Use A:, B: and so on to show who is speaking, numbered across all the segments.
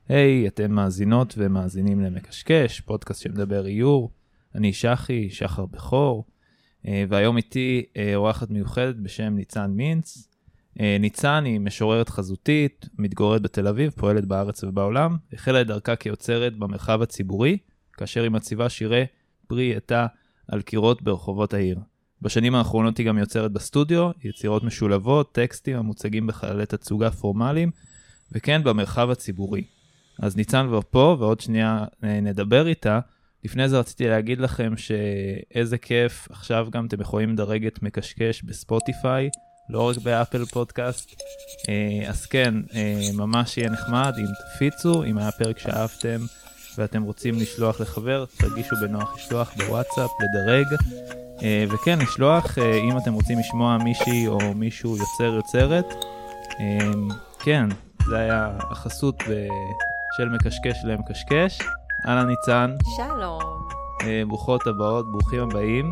A: היי, אתם מאזינות ומאזינים למקשקש, פודקאסט שמדבר איור. אני שחי, שחר בכור, והיום איתי אורחת מיוחדת בשם ניצן מינץ. ניצן היא משוררת חזותית, מתגוררת בתל אביב, פועלת בארץ ובעולם, החלה את דרכה כיוצרת במרחב הציבורי, כאשר היא מציבה שירי פרי עטה על קירות ברחובות העיר. בשנים האחרונות היא גם יוצרת בסטודיו, יצירות משולבות, טקסטים המוצגים בחללי תצוגה פורמליים, וכן במרחב הציבורי. אז ניצן פה, ועוד שנייה נדבר איתה. לפני זה רציתי להגיד לכם שאיזה כיף, עכשיו גם אתם יכולים לדרג את מקשקש בספוטיפיי, לא רק באפל פודקאסט. אז כן, ממש יהיה נחמד אם תפיצו, אם היה פרק שאהבתם ואתם רוצים לשלוח לחבר, תרגישו בנוח לשלוח בוואטסאפ, לדרג, וכן, לשלוח אם אתם רוצים לשמוע מישהי או מישהו יוצרת. כן, זה היה החסות של מקשקש למקשקש. אהלן ניצן.
B: שלום.
A: ברוכות הבאות, ברוכים הבאים.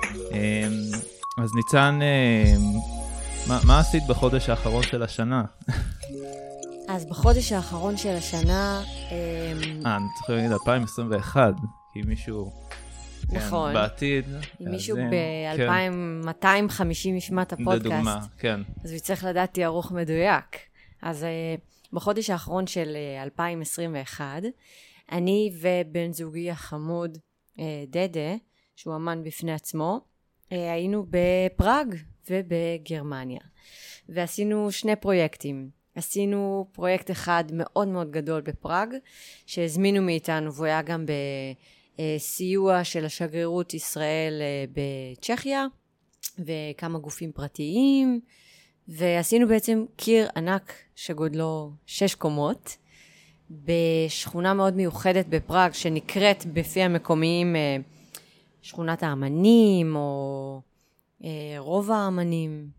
A: אז ניצן, מה עשית בחודש האחרון של השנה?
B: אז בחודש האחרון של השנה...
A: אני צריך להגיד 2021, כי מישהו...
B: נכון.
A: כן, בעתיד.
B: אם מישהו ב-2250 ישמע את הפודקאסט.
A: לדוגמה, כן.
B: אז הוא צריך לדעת תיארוך מדויק. אז בחודש האחרון של 2021, אני ובן זוגי החמוד דדה, שהוא אמן בפני עצמו, היינו בפראג ובגרמניה. ועשינו שני פרויקטים. עשינו פרויקט אחד מאוד מאוד גדול בפראג, שהזמינו מאיתנו, והוא היה גם בסיוע של השגרירות ישראל בצ'כיה, וכמה גופים פרטיים, ועשינו בעצם קיר ענק שגודלו 6 קומות, בשכונה מאוד מיוחדת בפראג, שנקראת בפי המקומיים שכונת האמנים, או רוב האמנים,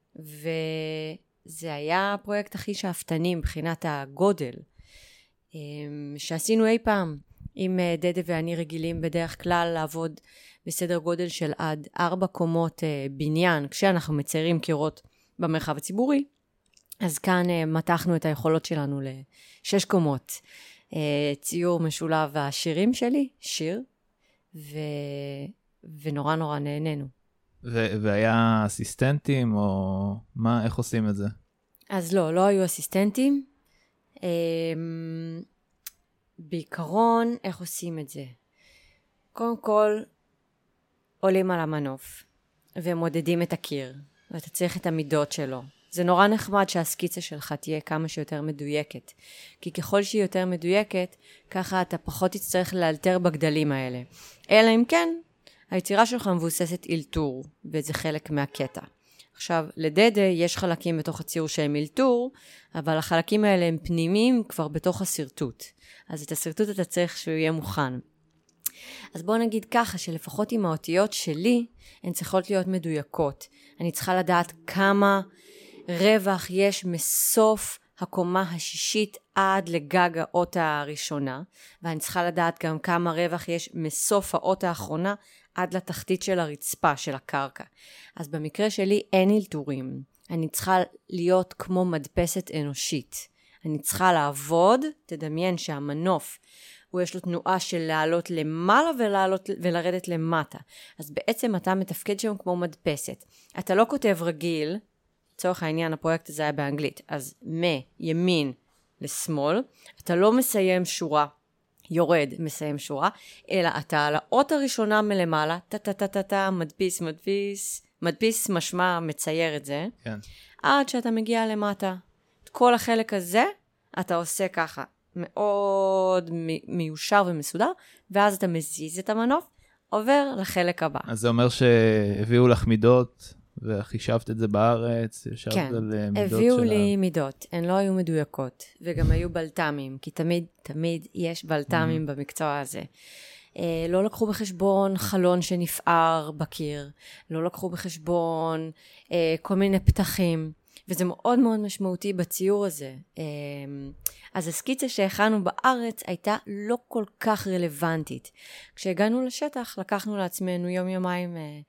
B: וזה היה הפרויקט הכי שאפתני מבחינת הגודל, שעשינו אי פעם. עם דדה ואני רגילים בדרך כלל לעבוד בסדר גודל של עד 4 קומות בניין, כשאנחנו מציירים קירות במרחב הציבורי, אז כאן מתחנו את היכולות שלנו ל6 קומות. ציור משולב השירים שלי, שיר, ונורא נורא נהנינו.
A: והיה אסיסטנטים, או מה, איך עושים את זה?
B: אז לא היו אסיסטנטים. בעיקרון, איך עושים את זה? קודם כל, עולים על המנוף, ומודדים את הקיר, ואתה צריך את המידות שלו. זה נורא נחמד שהסקיצה שלך תהיה כמה שיותר מדויקת, כי ככל שהיא יותר מדויקת, ככה אתה פחות תצטרך לאלתר בגדלים האלה. אלא אם כן, היצירה שלך מבוססת אילתור, וזה חלק מהקטע. עכשיו, לדדה יש חלקים בתוך הציור שהם אילתור, אבל החלקים האלה הם פנימיים כבר בתוך הסרטוט. אז את הסרטוט אתה צריך שהוא יהיה מוכן. אז בוא נגיד ככה, שלפחות עם האותיות שלי, הן צריכות להיות מדויקות. אני צריכה לדעת כמה רווח יש מסוף הקומה השישית עד לגג האות הראשונה, ואני צריכה לדעת גם כמה רווח יש מסוף האות האחרונה עד לתחתית של הרצפה של הקרקע. אז במקרה שלי אין אלתורים. אני צריכה להיות כמו מדפסת אנושית. אני צריכה לעבוד, תדמיין שהמנוף, הוא יש לו תנועה של לעלות למעלה ולרדת למטה. אז בעצם אתה מתפקד שם כמו מדפסת. אתה לא כותב רגיל, לצורך העניין הפרויקט הזה היה באנגלית, אז מימין לשמאל, אתה לא מסיים שורה, יורד מסיים שורה, אלא אתה על האות הראשונה מלמעלה, מדפיס משמע מצייר את זה,
A: כן.
B: עד שאתה מגיע למטה. את כל החלק הזה אתה עושה ככה, מאוד מיושר ומסודר, ואז אתה מזיז את המנוף, עובר לחלק הבא.
A: אז זה אומר שהביאו לך מידות, וחישבת את זה בארץ, ישבת
B: כן,
A: על מידות
B: הביאו לי מידות, הן לא היו מדויקות, וגם היו בלת"מים, כי תמיד יש בלת"מים במקצוע הזה. לא לקחו בחשבון חלון שנפער בקיר, לא לקחו בחשבון כל מיני פתחים, וזה מאוד מאוד משמעותי בציור הזה. אז הסקיצה שהכנו בארץ הייתה לא כל כך רלוונטית. כשהגענו לשטח, לקחנו לעצמנו יום-יומיים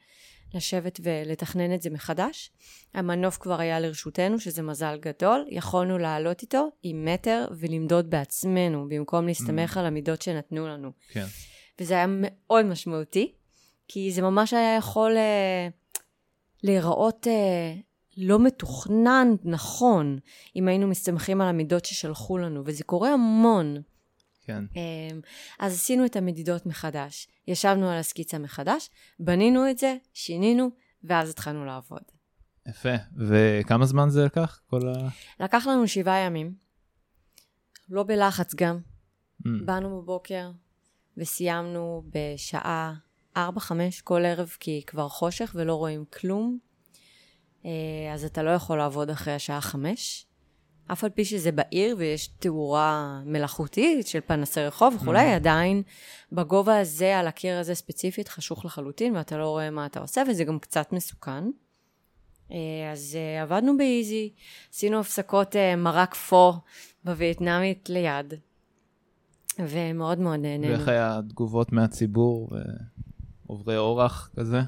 B: לשבת ולתכנן את זה מחדש. המנוף כבר היה לרשותנו, שזה מזל גדול. יכולנו לעלות איתו עם מטר ולמדוד בעצמנו, במקום להסתמך על המידות שנתנו לנו.
A: כן.
B: וזה היה מאוד משמעותי, כי זה ממש היה יכול להיראות לא מתוכנן נכון, אם היינו מסתמכים על המידות ששלחו לנו, וזה קורה המון.
A: כן.
B: אז עשינו את המדידות מחדש, ישבנו על הסקיצה מחדש, בנינו את זה, שינינו, ואז התחלנו לעבוד.
A: יפה. וכמה זמן זה לקח?
B: לקח לנו 7 ימים. לא בלחץ גם. באנו בבוקר, וסיימנו בשעה 4-5 כל ערב, כי כבר חושך ולא רואים כלום. אז אתה לא יכול לעבוד אחרי השעה 5. אף על פי שזה בעיר ויש תאורה מלאכותית של פנסי רחוב וכולי, עדיין בגובה הזה, על הקיר הזה ספציפית, חשוך לחלוטין, ואתה לא רואה מה אתה עושה, וזה גם קצת מסוכן. אז עבדנו באיזי, עשינו הפסקות מרק פו בווייטנאמית ליד, ומאוד מאוד נהנינו.
A: ואיך היה תגובות מהציבור ועוברי אורח כזה?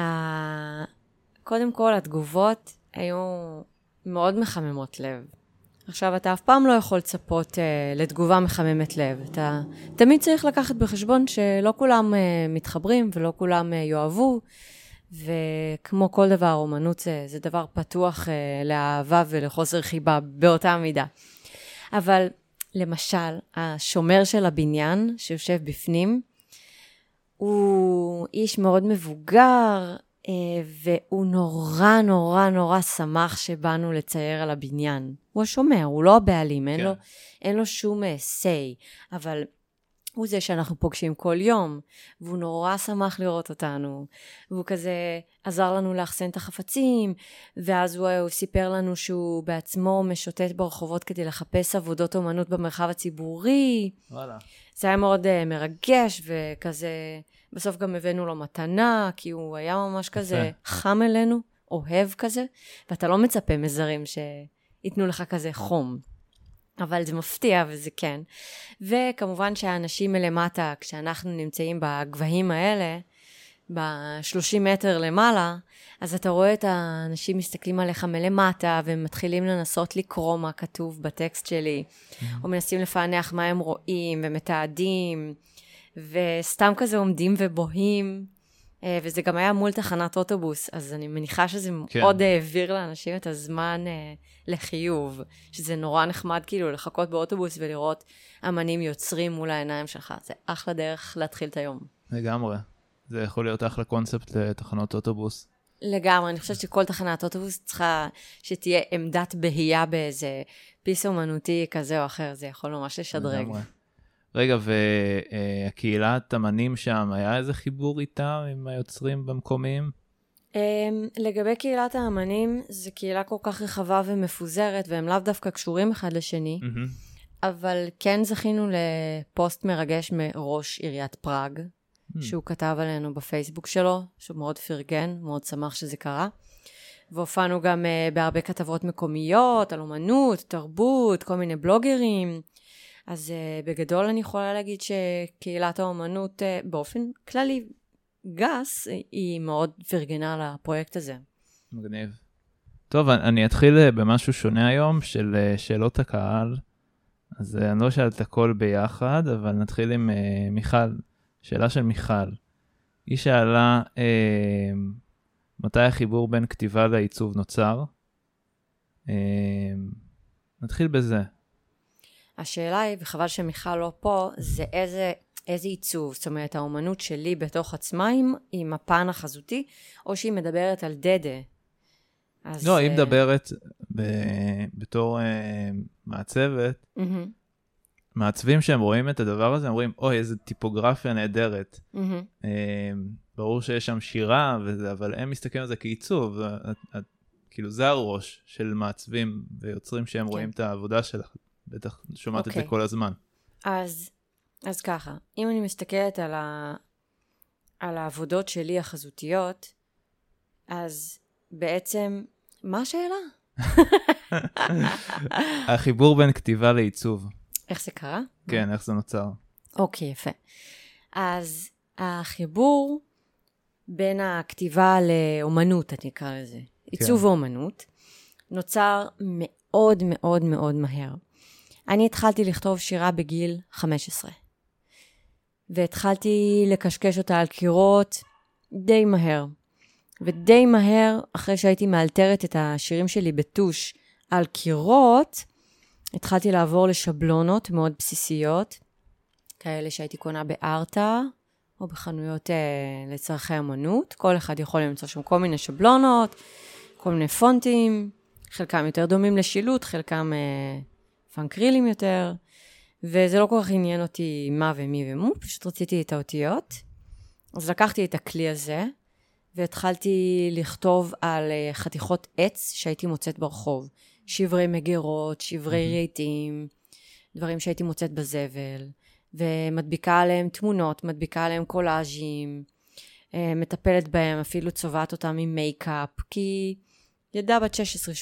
B: קודם כל, התגובות היו מאוד מחממות לב. עכשיו, אתה אף פעם לא יכול לצפות לתגובה מחממת לב. אתה תמיד צריך לקחת בחשבון שלא כולם מתחברים ולא כולם יאהבו, וכמו כל דבר, אומנות זה דבר פתוח לאהבה ולחוסר חיבה באותה מידה. אבל למשל, השומר של הבניין שיושב בפנים, הוא איש מאוד מבוגר, והוא נורא נורא נורא שמח שבאנו לצייר על הבניין. הוא השומר, הוא לא הבעלים, אין לו שום say, אבל הוא זה שאנחנו פוגשים כל יום, והוא נורא שמח לראות אותנו, והוא כזה עזר לנו לאחסן את החפצים, ואז הוא סיפר לנו שהוא בעצמו משוטט ברחובות כדי לחפש עבודות אומנות במרחב הציבורי.
A: וואלה.
B: זה היה מאוד מרגש, וכזה, בסוף גם הבאנו לו מתנה, כי הוא היה ממש כזה חם אלינו, אוהב כזה, ואתה לא מצפה מזרים שיתנו לך כזה חום. אבל זה מפתיע וזה כן. וכמובן שהאנשים מלמטה, כשאנחנו נמצאים בגבהים האלה, ב-30 מטר למעלה, אז אתה רואה את האנשים מסתכלים עליך מלמטה, והם מתחילים לנסות לקרוא מה כתוב בטקסט שלי, או מנסים לפענח מה הם רואים, ומתעדים, וסתם כזה עומדים ובוהים, וזה גם היה מול תחנת אוטובוס, אז אני מניחה שזה מאוד העביר לאנשים את הזמן לחיוב, שזה נורא נחמד כאילו לחכות באוטובוס ולראות אמנים יוצרים מול העיניים שלך. זה אחלה דרך להתחיל את היום.
A: לגמרי. זה יכול להיות אחלה קונספט לתחנות אוטובוס.
B: לגמרי, אני חושבת שכל תחנת אוטובוס צריכה שתהיה עמדת בהייה באיזה פיס אומנותי כזה או אחר, זה יכול ממש לשדרג. לגמרי.
A: רגע, והקהילת אמנים שם, היה איזה חיבור איתם עם היוצרים במקומיים?
B: לגבי קהילת האמנים, זו קהילה כל כך רחבה ומפוזרת, והם לאו דווקא קשורים אחד לשני, אבל כן זכינו לפוסט מרגש מראש עיריית פראג, שהוא כתב עלינו בפייסבוק שלו, שהוא מאוד פרגן, מאוד שמח שזה קרה. והופענו גם בהרבה כתבות מקומיות, על אומנות, תרבות, כל מיני בלוגרים. אז בגדול אני יכולה להגיד שקהילת האומנות באופן כללי גס, היא מאוד פרגנה לפרויקט הזה.
A: מגניב. טוב, אני אתחיל במשהו שונה היום, של שאלות הקהל. אז אני לא שאלת הכל ביחד, אבל נתחיל עם מיכל. שאלה של מיכל. היא שאלה, מתי החיבור בין כתיבה לעיצוב נוצר? נתחיל בזה.
B: השאלה היא, וחבל שמיכל לא פה, זה איזה עיצוב, זאת אומרת, האומנות שלי בתוך עצמה עם הפן החזותי, או שהיא מדברת על דדה.
A: לא, היא מדברת בתור מעצבת, מעצבים שהם רואים את הדבר הזה, הם רואים, אוי, איזו טיפוגרפיה נהדרת. ברור שיש שם שירה וזה, אבל הם מסתכלים על זה כעיצוב, כאילו זה הראש של מעצבים ויוצרים שהם רואים את העבודה שלך. בטח שומעת את זה כל הזמן.
B: אז ככה, אם אני מסתכלת על העבודות שלי החזותיות, אז בעצם, מה השאלה?
A: החיבור בין כתיבה לעיצוב.
B: איך זה קרה?
A: כן, איך זה נוצר.
B: אוקיי, יפה. אז החיבור בין הכתיבה לאומנות, אני אקרא לזה. עיצוב ואומנות, נוצר מאוד מאוד מאוד מהר. אני התחלתי לכתוב שירה בגיל 15. והתחלתי לקשקש אותה על קירות די מהר. ודי מהר, אחרי שהייתי מאלתרת את השירים שלי בטוש על קירות, התחלתי לעבור לשבלונות מאוד בסיסיות, כאלה שהייתי קונה בארטה, או בחנויות לצרכי אמנות. כל אחד יכול למצוא שם כל מיני שבלונות, כל מיני פונטים, חלקם יותר דומים לשילוט, חלקם פנקרילים יותר, וזה לא כל כך עניין אותי מה ומי ומו, פשוט רציתי את האותיות. אז לקחתי את הכלי הזה, והתחלתי לכתוב על חתיכות עץ שהייתי מוצאת ברחוב. שברי מגירות, שברי רהיטים, דברים שהייתי מוצאת בזבל, ומדביקה עליהם תמונות, מדביקה עליהם קולאז'ים, מטפלת בהם, אפילו צובעת אותם עם מייקאפ, כי ידעה בת 16-17,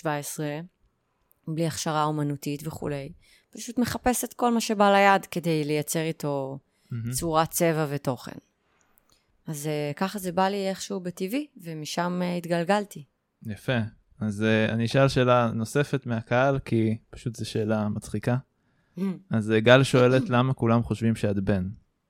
B: בלי הכשרה אומנותית וכו'. פשוט מחפשת כל מה שבא ליד כדי לייצר איתו צורת צבע ותוכן. אז ככה זה בא לי איכשהו בטבעי, ומשם התגלגלתי.
A: יפה. אז אני אשאל שאלה נוספת מהקהל, כי פשוט זו שאלה מצחיקה. אז גל שואלת למה כולם חושבים שאת בן.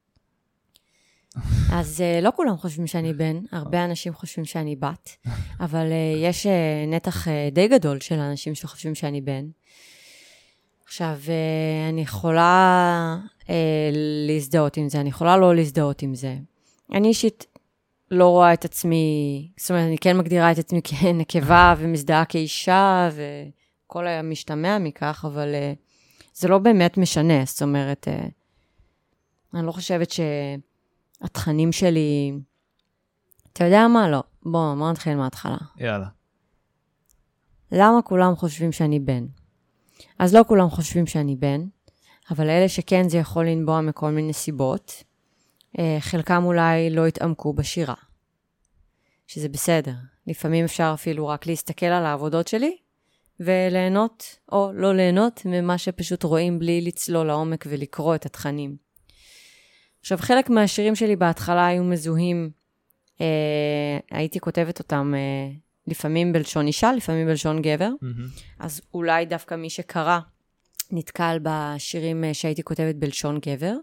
B: אז לא כולם חושבים שאני בן, הרבה אנשים חושבים שאני בת, אבל יש נתח די גדול של אנשים שחושבים שאני בן. עכשיו, אני יכולה להזדהות עם זה, אני יכולה לא להזדהות עם זה. אני אישית לא רואה את עצמי, זאת אומרת, אני כן מגדירה את עצמי כנקבה ומזדהה כאישה, וכל המשתמע מכך, אבל זה לא באמת משנה. זאת אומרת, אני לא חושבת שהתכנים שלי, אתה יודע מה? לא. בוא נתחיל מההתחלה.
A: יאללה.
B: למה כולם חושבים שאני בן? אז לא כולם חושבים שאני בן, אבל אלה שכן זה יכול לנבוע מכל מיני סיבות. חלקם אולי לא התעמקו בשירה, שזה בסדר. לפעמים אפשר אפילו רק להסתכל על העבודות שלי, וליהנות או לא ליהנות ממה שפשוט רואים בלי לצלול לעומק ולקרוא את התכנים. עכשיו, חלק מהשירים שלי בהתחלה היו מזוהים, הייתי כותבת אותם לפעמים בלשון אישה, לפעמים בלשון גבר, אז אולי דווקא מי שקרא נתקל בשירים שהייתי כותבת בלשון גבר.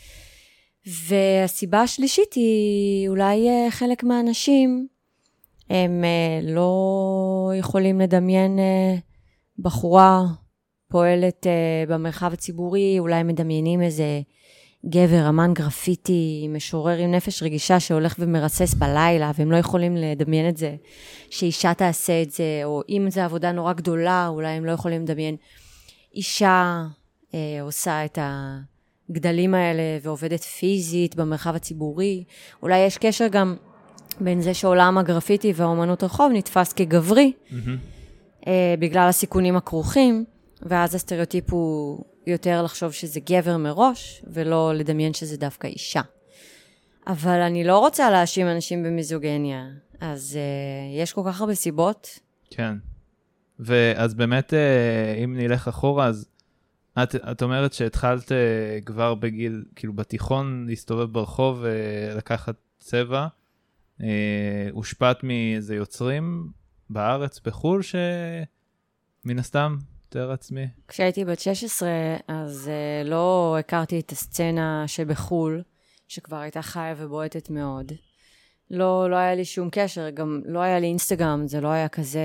B: והסיבה השלישית היא אולי חלק מהאנשים הם לא יכולים לדמיין בחורה פועלת במרחב הציבורי, אולי מדמיינים איזה גבר, אמן גרפיטי, משורר עם נפש רגישה שהולך ומרסס בלילה, והם לא יכולים לדמיין את זה, שאישה תעשה את זה, או אם זו עבודה נורא גדולה, אולי הם לא יכולים לדמיין אישה עושה את הגדלים האלה ועובדת פיזית במרחב הציבורי. אולי יש קשר גם בין זה שעולם הגרפיטי והאומנות רחוב נתפס כגברי, בגלל הסיכונים הכרוכים, ואז הסטריאוטיפ הוא יותר לחשוב שזה גבר מראש, ולא לדמיין שזה דווקא אישה. אבל אני לא רוצה להאשים אנשים במיזוגניה, אז יש כל כך הרבה סיבות.
A: כן. ואז באמת, אם נלך אחורה, אז את אומרת שהתחלת כבר בגיל, כאילו בתיכון, להסתובב ברחוב ולקחת צבע, הושפעת מאיזה יוצרים בארץ, בחול, שמן הסתם תאר עצמי.
B: כשהייתי בת 16, אז לא הכרתי את הסצנה שבחול, שכבר הייתה חיה ובועטת מאוד. לא היה לי שום קשר, גם לא היה לי אינסטגרם, זה לא היה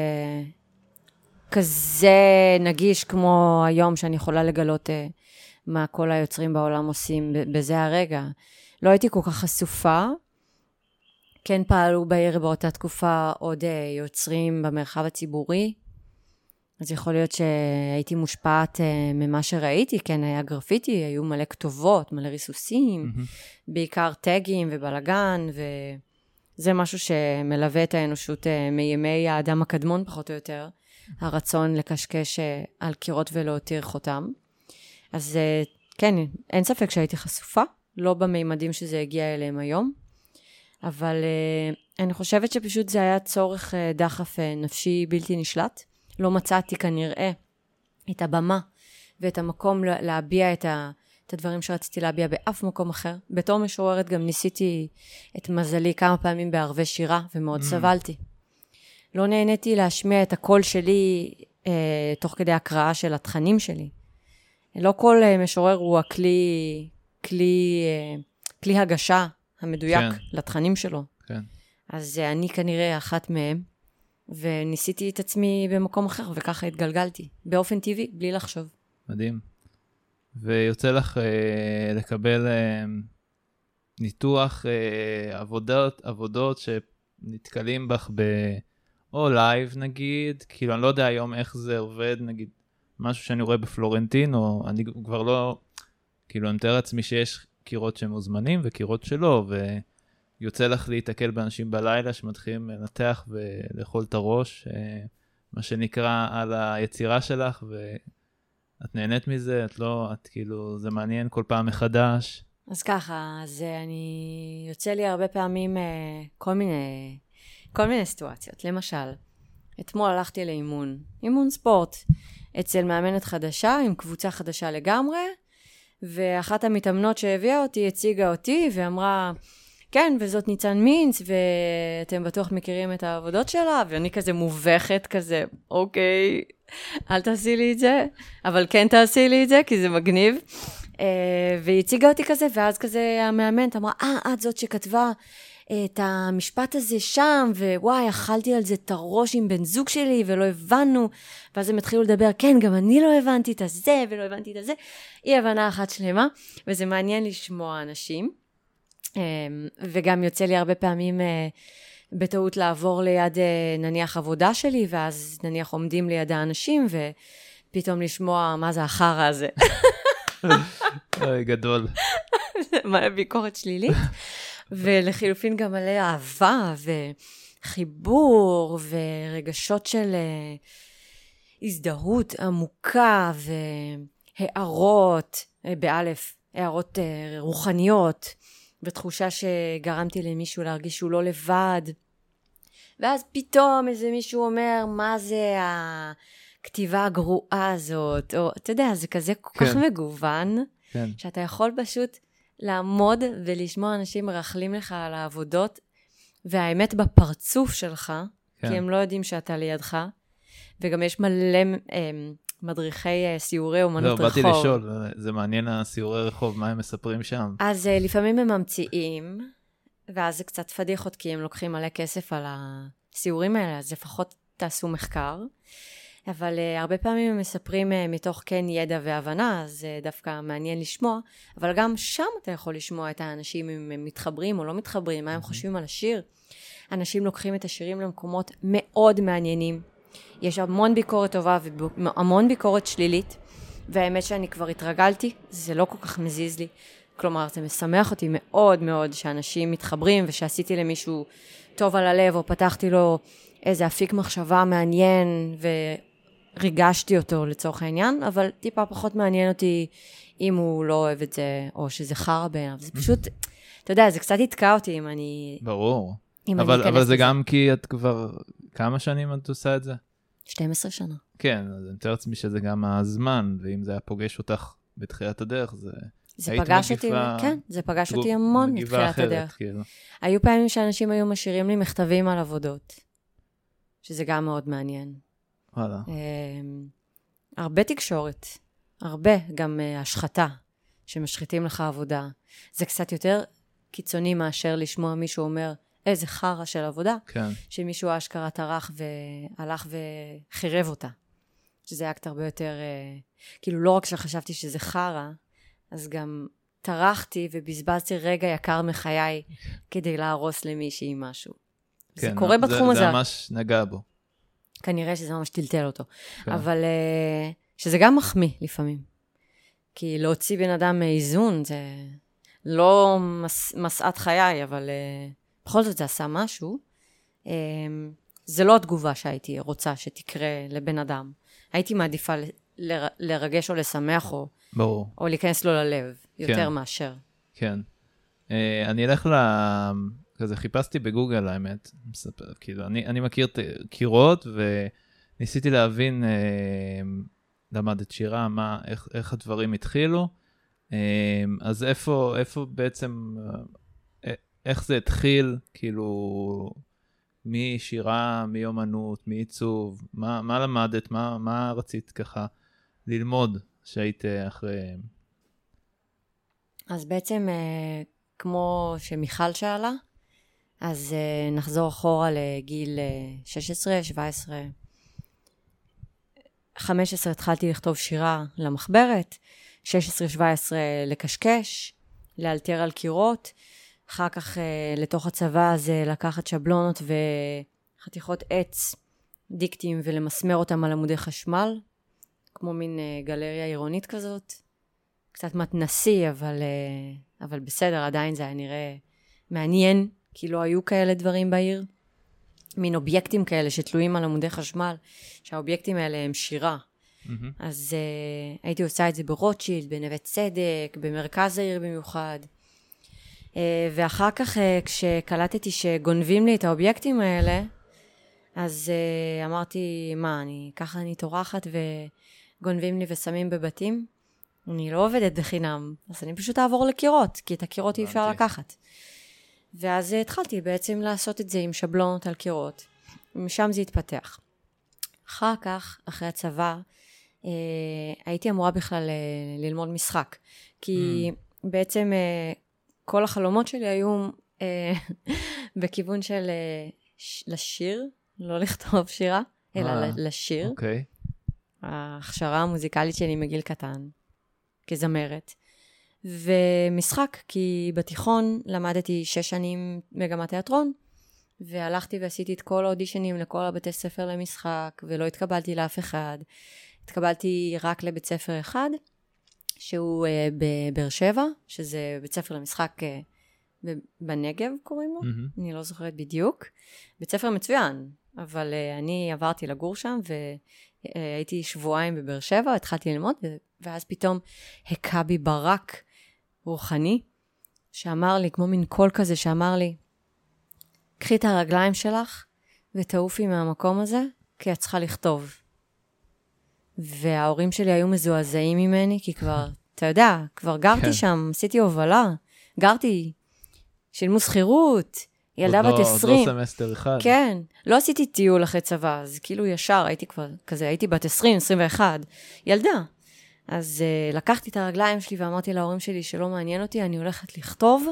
B: כזה נגיש כמו היום, שאני יכולה לגלות מה כל היוצרים בעולם עושים בזה הרגע. לא הייתי כל כך חשופה. כן פעלו בעיר באותה תקופה עוד יוצרים במרחב הציבורי, אז יכול להיות שהייתי מושפעת ממה שראיתי, כן, היה גרפיטי, היו מלא כתובות, מלא ריסוסים, בעיקר טגים ובלגן, וזה משהו שמלווה את האנושות מימי האדם הקדמון פחות או יותר, הרצון לקשקש על קירות ולהותיר חותם. אז כן, אין ספק שהייתי חשופה, לא במימדים שזה הגיע אליהם היום, אבל אני חושבת שפשוט זה היה צורך דחף נפשי בלתי נשלט. לא מצאתי כנראה את הבמה ואת המקום להביע את את הדברים שרציתי להביע באף מקום אחר. בתור משוררת גם ניסיתי את מזלי כמה פעמים בערבי שירה, ומאוד סבלתי. לא נהניתי להשמיע את הקול שלי תוך כדי הקראה של התכנים שלי. לא כל משורר הוא כלי הגשה המדויק לתכנים שלו.
A: כן.
B: אז אני כנראה אחת מהם, וניסיתי את עצמי במקום אחר, וככה התגלגלתי, באופן טבעי, בלי לחשוב.
A: מדהים. ויוצא לך לקבל ניתוח עבודות שנתקלים בך או לייב נגיד, כאילו אני לא יודע היום איך זה עובד, נגיד משהו שאני רואה בפלורנטין, או אני כבר לא, כאילו אני מתאר לעצמי שיש קירות שמוזמנים וקירות שלא, ויוצא לך להתקל באנשים בלילה שמתחילים לנתח ולאכול את הראש, מה שנקרא על היצירה שלך, ואת נהנית מזה, את לא, את כאילו, זה מעניין כל פעם מחדש.
B: אז ככה, אז אני יוצא לי הרבה פעמים כל מיני סיטואציות. למשל, אתמול הלכתי אימון ספורט, אצל מאמנת חדשה, עם קבוצה חדשה לגמרי, ואחת המתאמנות שהביאה אותי, הציגה אותי, ואמרה, כן, וזאת ניצן מינץ, ואתם בטוח מכירים את העבודות שלה, ואני כזה מובכת, כזה, אוקיי, אל תעשי לי את זה, אבל כן תעשי לי את זה, כי זה מגניב. והיא הציגה אותי כזה, ואז כזה המאמנת אמרה, את זאת שכתבה את המשפט הזה שם, ווואי, אכלתי על זה את הראש עם בן זוג שלי, ולא הבנו, ואז הם התחילו לדבר, כן, גם אני לא הבנתי את הזה, ולא הבנתי את הזה, היא הבנה אחת שלמה, וזה מעניין לשמוע אנשים, וגם יוצא לי הרבה פעמים בטעות לעבור ליד נניח עבודה שלי, ואז נניח עומדים ליד האנשים, ופתאום לשמוע מה זה החרא הזה.
A: גדול.
B: מה ביקורת שלילית? ולחילופין גם מלא אהבה וחיבור ורגשות של הזדהות עמוקה והערות, באלף, הערות רוחניות, ותחושה שגרמתי למישהו להרגיש שהוא לא לבד. ואז פתאום איזה מישהו אומר, מה זה הכתיבה הגרועה הזאת? או, אתה יודע, זה כזה כל כך מגוון, שאתה יכול פשוט לעמוד ולשמוע אנשים מרחלים לך על העבודות, והאמת בפרצוף שלך, כי הם לא יודעים שאתה לידך, וגם יש מלא מדריכי סיורי אומנות רחוב.
A: לא, באתי לשאול, זה מעניין הסיורי רחוב, מה הם מספרים שם?
B: אז לפעמים הם ממציאים, ואז זה קצת פדיחות, כי הם לוקחים מלא כסף על הסיורים האלה, אז לפחות תעשו מחקר. אבל הרבה פעמים הם מספרים מתוך כן ידע והבנה, אז דווקא מעניין לשמוע, אבל גם שם אתה יכול לשמוע את האנשים אם הם מתחברים או לא מתחברים, מה הם חושבים על השיר. אנשים לוקחים את השירים למקומות מאוד מעניינים. יש המון ביקורת טובה והמון ביקורת שלילית, והאמת שאני כבר התרגלתי, זה לא כל כך מזיז לי. כלומר, זה משמח אותי מאוד מאוד שאנשים מתחברים, ושעשיתי למישהו טוב על הלב, או פתחתי לו איזה אפיק מחשבה מעניין, וריגשתי אותו לצורך העניין, אבל טיפה פחות מעניין אותי אם הוא לא אוהב את זה, או שזה חרא בעיניו. זה פשוט, אתה יודע, זה קצת יתקע אותי אם אני...
A: ברור. אבל זה גם כי את כבר, כמה שנים את עושה את זה?
B: 12 שנה.
A: כן, אז אני מתאר לעצמי שזה גם הזמן, ואם זה היה פוגש אותך בתחילת הדרך,
B: זה פגש אותי, כן, זה פגש אותי המון בתחילת הדרך.
A: כאילו.
B: היו פעמים שאנשים היו משאירים לי מכתבים על עבודות, שזה גם מאוד מעניין.
A: וואלה.
B: הרבה תקשורת, הרבה, גם השחתה, שמשחיתים לך עבודה. זה קצת יותר קיצוני מאשר לשמוע מישהו אומר, איזה חרא של עבודה,
A: כן.
B: שמישהו אשכרה טרח והלך וחירב אותה. שזה אקט הרבה יותר, כאילו לא רק שחשבתי שזה חרא, אז גם טרחתי ובזבזתי רגע יקר מחיי כדי להרוס למישהי משהו.
A: כן,
B: זה קורה בתחום הזה.
A: זה ממש נגע בו.
B: כנראה שזה ממש טלטל אותו.
A: כן.
B: אבל שזה גם מחמיא לפעמים. כי להוציא בן אדם מאיזון זה לא מסעת חיי, אבל בכל זאת זה עשה משהו. זה לא התגובה שהייתי רוצה שתקרה לבן אדם. הייתי מעדיפה לרגש או לשמח
A: ברור.
B: או להיכנס לו ללב, יותר מאשר.
A: כן. אני אלך כזה חיפשתי בגוגל, האמת. כאילו, אני מכיר קירות, וניסיתי להבין, למדת שירה, איך הדברים התחילו. אז איפה בעצם, איך זה התחיל, כאילו, משירה, מאומנות, מעיצוב, מה למדת, מה רצית ככה ללמוד שהיית אחרי...
B: אז בעצם, כמו שמיכל שאלה, אז נחזור אחורה לגיל 16, 17. 15 התחלתי לכתוב שירה למחברת, 16-17 לקשקש, לאלתר על קירות, אחר כך לתוך הצבא זה לקחת שבלונות וחתיכות עץ, דיקטים ולמסמר אותם על עמודי חשמל, כמו מין גלריה עירונית כזאת, קצת מתנסי, אבל בסדר, עדיין זה היה נראה מעניין, כי לא היו כאלה דברים בעיר, מין אובייקטים כאלה שתלויים על עמודי חשמל, שהאובייקטים האלה הם שירה. אז הייתי עושה את זה ברוטשילד, בנווה צדק, במרכז העיר במיוחד. ואחר כך כשקלטתי שגונבים לי את האובייקטים האלה, אז אמרתי, ככה אני תורחת וגונבים לי ושמים בבתים? אני לא עובדת בחינם, אז אני פשוט אעבור לקירות, כי את הקירות אי אפשר לקחת. ואז התחלתי בעצם לעשות את זה עם שבלונות על קירות, ומשם זה התפתח. אחר כך, אחרי הצבא, הייתי אמורה בכלל ללמוד משחק, כי בעצם כל החלומות שלי היו בכיוון של לשיר, לא לכתוב שירה, אלא לשיר.
A: אוקיי.
B: ההכשרה המוזיקלית שלי מגיל קטן, כזמרת. ומשחק, כי בתיכון למדתי 6 שנים מגמת תיאטרון, והלכתי ועשיתי את כל האודישנים לכל הבתי ספר למשחק, ולא התקבלתי לאף אחד. התקבלתי רק לבית ספר אחד, שהוא בבאר שבע, שזה בית ספר למשחק בנגב קוראים לו, אני לא זוכרת בדיוק. בית ספר מצוין, אבל אני עברתי לגור שם, והייתי שבועיים בבאר שבע, התחלתי ללמוד, ואז פתאום הקה בי ברק רוחני, שאמר לי, כמו מין קול כזה שאמר לי, קחי את הרגליים שלך ותעופי מהמקום הזה, כי את צריכה לכתוב. וההורים שלי היו מזועזעים ממני, כי כבר, אתה יודע, כבר גרתי שם, עשיתי הובלה, גרתי, שילמו שכירות, ילדה בת 20.
A: עוד לא סמסטר אחד.
B: כן, לא עשיתי טיול אחרי צבא, אז כאילו ישר הייתי כבר כזה, הייתי בת 20, 21, ילדה. אז לקחתי את הרגליים שלי ואמרתי להורים שלי שלא מעניין אותי, אני הולכת לכתוב,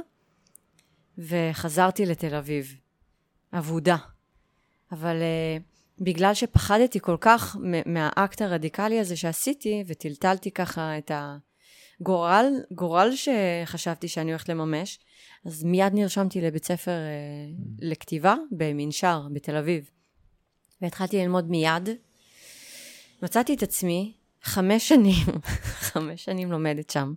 B: וחזרתי לתל אביב. עבודה. אבל בגלל שפחדתי כל כך מהאקט הרדיקלי הזה שעשיתי, וטלטלתי ככה את הגורל שחשבתי שאני הולכת לממש, אז מיד נרשמתי לבית ספר לכתיבה במנשר, בתל אביב. והתחלתי ללמוד מיד. מצאתי את עצמי 5 שנים, 5 שנים לומדת שם.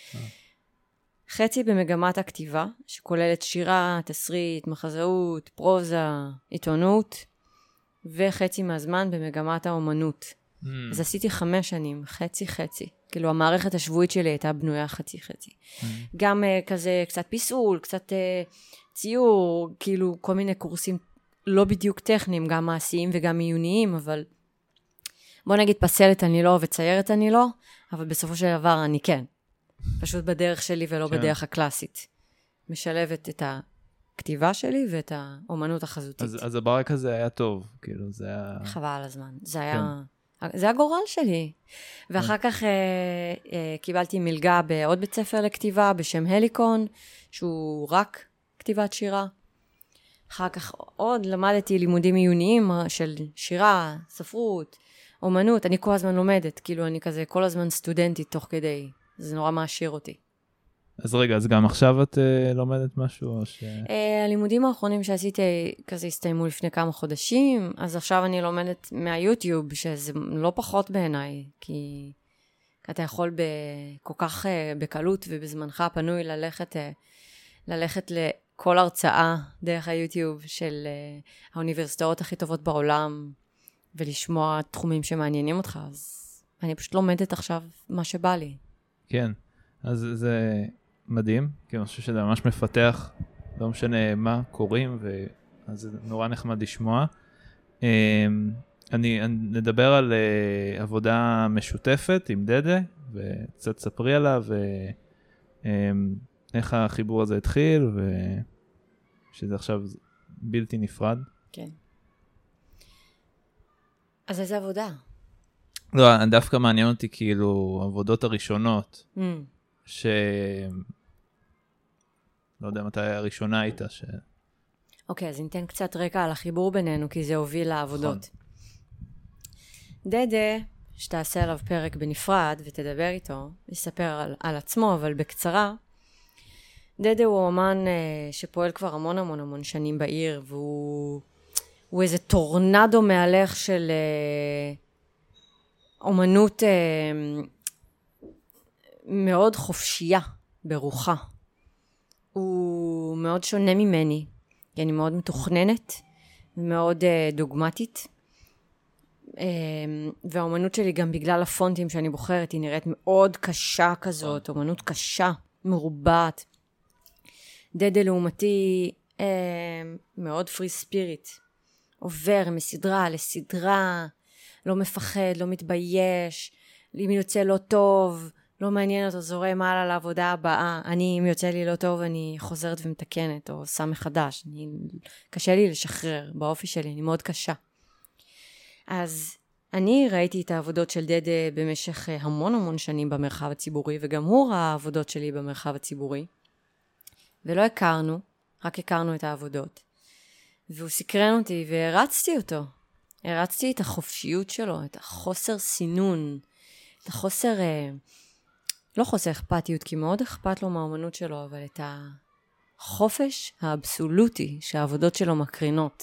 B: חצי במגמת הכתיבה, שכוללת שירה, תסריט, מחזאות, פרוזה, עיתונות, וחצי מהזמן במגמת האומנות. אז עשיתי 5 שנים, חצי. כאילו המערכת השבועית שלי הייתה בנויה חצי. גם כזה קצת פיסול, קצת ציור, כאילו כל מיני קורסים לא בדיוק טכניים, גם מעשיים וגם עיוניים, אבל בוא נגיד פסלת אני לא וציירת אני לא, אבל בסופו של דבר אני כן. פשוט בדרך שלי ולא בדרך הקלאסית. משלבת את הכתיבה שלי ואת האומנות החזותית.
A: אז הברק הזה היה טוב, כאילו זה היה...
B: חבל על הזמן. זה הגורל שלי. ואחר כך קיבלתי מלגה בעוד בית ספר לכתיבה בשם הליקון, שהוא רק כתיבת שירה. אחר כך עוד למדתי לימודים עיוניים של שירה, ספרות, אומנות. אני כל הזמן לומדת, כאילו אני כזה כל הזמן סטודנטית תוך כדי. זה נורא מעשיר אותי.
A: אז רגע, אז גם עכשיו את לומדת משהו?
B: הלימודים האחרונים שעשיתי כזה הסתיימו לפני כמה חודשים, אז עכשיו אני לומדת מהיוטיוב, שזה לא פחות בעיניי, כי אתה יכול כל כך בקלות ובזמנך הפנוי ללכת לכל הרצאה דרך היוטיוב של האוניברסיטאות הכי טובות בעולם, ולשמוע תחומים שמעניינים אותך, אז אני פשוט לומדת עכשיו מה שבא לי. כן,
A: אז זה מדהים, כי אני חושב שזה ממש מפתח, לא משנה מה קוראים, אז זה נורא נחמד לשמוע. נדבר על עבודה משותפת עם דדה, וקצת ספרי עליו, איך החיבור הזה התחיל, ושזה עכשיו בלתי נפרד.
B: כן. אז איזה עבודה?
A: לא, דווקא מעניין אותי כאילו עבודות הראשונות, לא יודע מתי הראשונה הייתה
B: אוקיי, אז ניתן קצת רקע על החיבור בינינו, כי זה הוביל לעבודות. דדה, שתעשה עליו פרק בנפרד ותדבר איתו, יספר על עצמו, אבל בקצרה. דדה הוא אומן שפועל כבר המון שנים בעיר, והוא איזה טורנדו מהלך של אומנות מאוד חופשייה ברוחה. הוא מאוד שונה ממני, כי אני מאוד מתוכננת, מאוד דוגמטית. והאומנות שלי גם בגלל הפונטים שאני בוחרת, היא נראית מאוד קשה כזאת, אומנות קשה, מרובעת. דדה לעומתי מאוד פרי ספיריט, עובר מסדרה לסדרה, לא מפחד, לא מתבייש, אם יוצא לא טוב, לא מעניין אותו, זורם הלאה לעבודה הבאה. אם יוצא לי לא טוב, אני חוזרת ומתקנת, או עושה מחדש. קשה לי לשחרר באופי שלי, אני מאוד קשה. אז אני ראיתי את העבודות של דדה במשך המון שנים במרחב הציבורי, וגם הוא ראה העבודות שלי במרחב הציבורי. ולא הכרנו, רק הכרנו את העבודות. והוא סקרן אותי והרצתי אותו. הרצתי את החופשיות שלו, את החוסר סינון, את החוסר, לא חוסר אכפתיות, כי מאוד אכפת לו מהאומנות שלו, אבל את החופש האבסולוטי שהעבודות שלו מקרינות.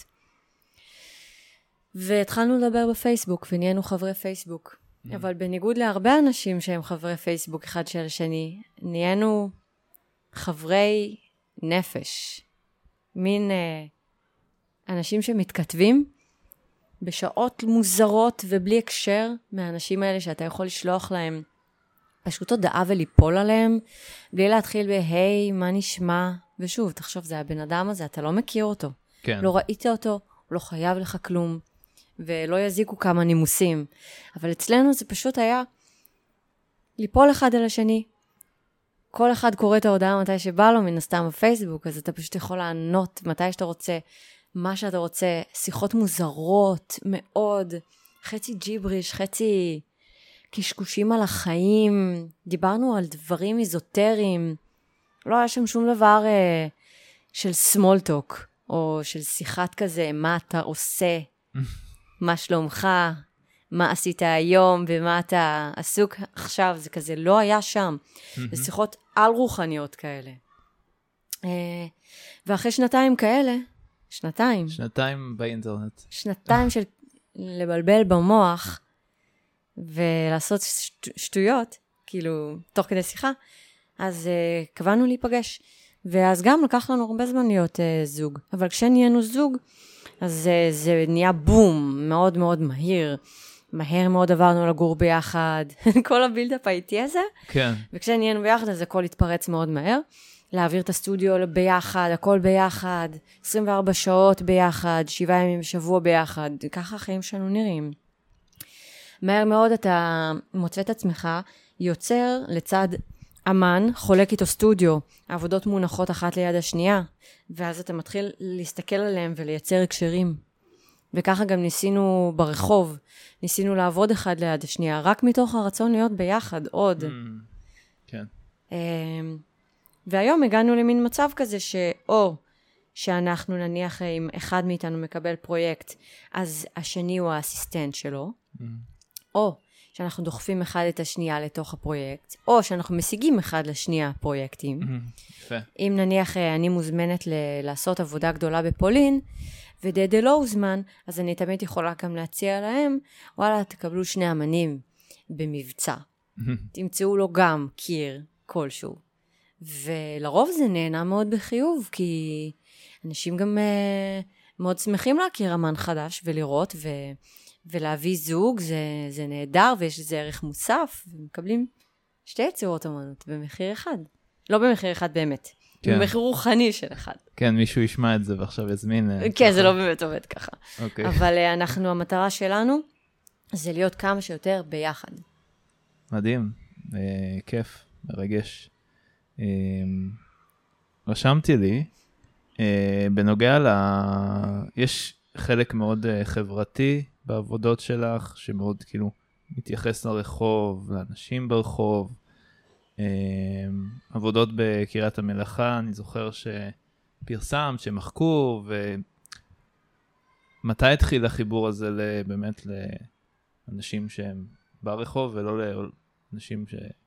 B: והתחלנו לדבר בפייסבוק, ונהיינו חברי פייסבוק. אבל בניגוד להרבה אנשים שהם חברי פייסבוק אחד של השני, נהיינו חברי נפש. מין אנשים שמתכתבים בשעות מוזרות ובלי הקשר מהאנשים האלה שאתה יכול לשלוח להם פשוט הודעה וליפול עליהם, בלי להתחיל בהי, מה נשמע? ושוב, תחשוב, זה הבן אדם הזה, אתה לא מכיר אותו.
A: כן.
B: לא ראית אותו, הוא לא חייב לך כלום, ולא יזיקו כמה נימוסים. אבל אצלנו זה פשוט היה ליפול אחד על השני. כל אחד קורא את ההודעה מתי שבא לו, מן הסתם בפייסבוק, אז אתה פשוט יכול לענות מתי שאתה רוצה, מה שאתה רוצה, שיחות מוזרות מאוד, חצי ג'יבריש, חצי קשקושים על החיים, דיברנו על דברים איזוטריים, לא היה שם שום דבר של small talk, או של שיחת כזה, מה אתה עושה, מה שלומך, מה עשית היום, ומה אתה עסוק עכשיו, זה כזה לא היה שם, זה שיחות על רוחניות כאלה. ואחרי שנתיים כאלה, שנתיים
A: באינטרנט.
B: שנתיים של לבלבל במוח, ולעשות שטויות, כאילו, תוך כדי שיחה, אז קבענו להיפגש. ואז גם לקח לנו הרבה זמן להיות זוג. אבל כשנהיינו זוג, אז זה נהיה בום, מאוד מאוד מהיר. מהר מאוד עברנו לגור ביחד. כל הבילדאפ האיטי הזה.
A: כן.
B: וכשנהיינו ביחד, אז הכל התפרץ מאוד מהר. להעביר את הסטודיו ביחד, הכל ביחד, 24 שעות ביחד, 7 ימים בשבוע ביחד. ככה החיים שלנו נראים. מהר מאוד אתה מוצא את עצמך, יוצר לצד אמן, חולק איתו סטודיו, העבודות מונחות אחת ליד השנייה, ואז אתה מתחיל להסתכל עליהם ולייצר הקשרים. וככה גם ניסינו ברחוב, ניסינו לעבוד אחד ליד השנייה, רק מתוך הרצון להיות ביחד עוד.
A: כן.
B: והיום הגענו למין מצב כזה שאו שאנחנו נניח אם אחד מאיתנו מקבל פרויקט, אז השני הוא האסיסטנט שלו, או שאנחנו דוחפים אחד את השנייה לתוך הפרויקט, או שאנחנו משיגים אחד לשנייה פרויקטים.
A: יפה.
B: אם נניח אני מוזמנת לעשות עבודה גדולה בפולין, ודדה לא הוזמן, אז אני תמיד יכולה גם להציע להם, וואלה, תקבלו 2 אמנים במבצע. תמצאו לו גם קיר כלשהו. ולרוב זה נהנה מאוד בחיוב, כי אנשים גם מאוד שמחים להכיר אמן חדש ולראות, ולהביא זוג, זה נהדר, ויש לזה ערך מוסף, ומקבלים 2 יצירות אמנות במחיר אחד. לא במחיר אחד באמת, כן. במחיר רוחני של אחד.
A: כן, מישהו ישמע את זה ועכשיו יזמין.
B: כן, זה לא באמת עובד ככה.
A: אוקיי.
B: אבל המטרה שלנו זה להיות כמה שיותר ביחד.
A: מדהים, כיף, מרגש. רשמתי לי, בנוגע יש חלק מאוד חברתי בעבודות שלך, שמאוד כאילו מתייחס לרחוב, לאנשים ברחוב, עבודות בקריית המלאכה, אני זוכר שפרסם, שמחקו, מתי התחיל החיבור הזה באמת לאנשים שהם ברחוב, ולא לאנשים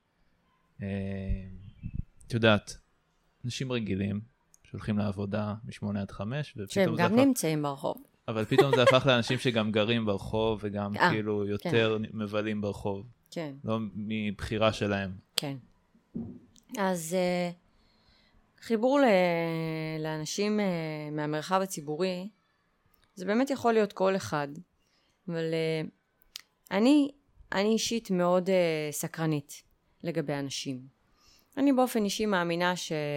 A: את יודעת, אנשים רגילים, שהולכים לעבודה מ-8 עד 5,
B: שהם גם נמצאים ברחוב.
A: אבל פתאום זה הפך לאנשים שגם גרים ברחוב, וגם כאילו יותר מבלים ברחוב.
B: כן.
A: לא מבחירה שלהם.
B: כן. אז חיבור לאנשים מהמרחב הציבורי, זה באמת יכול להיות כל אחד. אבל אני אישית מאוד סקרנית לגבי אנשים. אני באופן אישי מאמינה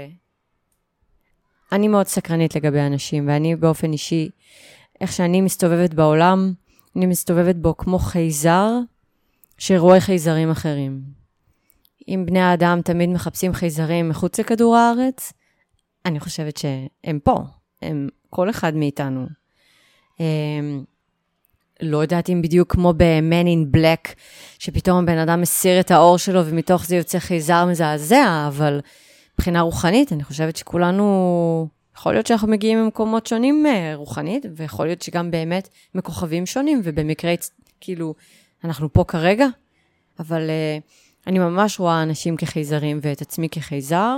B: אני מאוד סקרנית לגבי אנשים, ואני באופן אישי, איך שאני מסתובבת בעולם, אני מסתובבת בו כמו חייזר, שרואה חייזרים אחרים. אם בני האדם תמיד מחפשים חייזרים מחוץ לכדור הארץ, אני חושבת שהם פה, הם כל אחד מאיתנו. לא יודעת אם בדיוק כמו ב-Man in Black, שפתאום הבן אדם מסיר את האור שלו, ומתוך זה יוצא חייזר מזעזע, אבל מבחינה רוחנית, אני חושבת שכולנו, יכול להיות שאנחנו מגיעים ממקומות שונים רוחנית, ויכול להיות שגם באמת מכוכבים שונים, ובמקרה, כאילו, אנחנו פה כרגע, אבל אני ממש רואה אנשים כחייזרים, ואת עצמי כחייזר,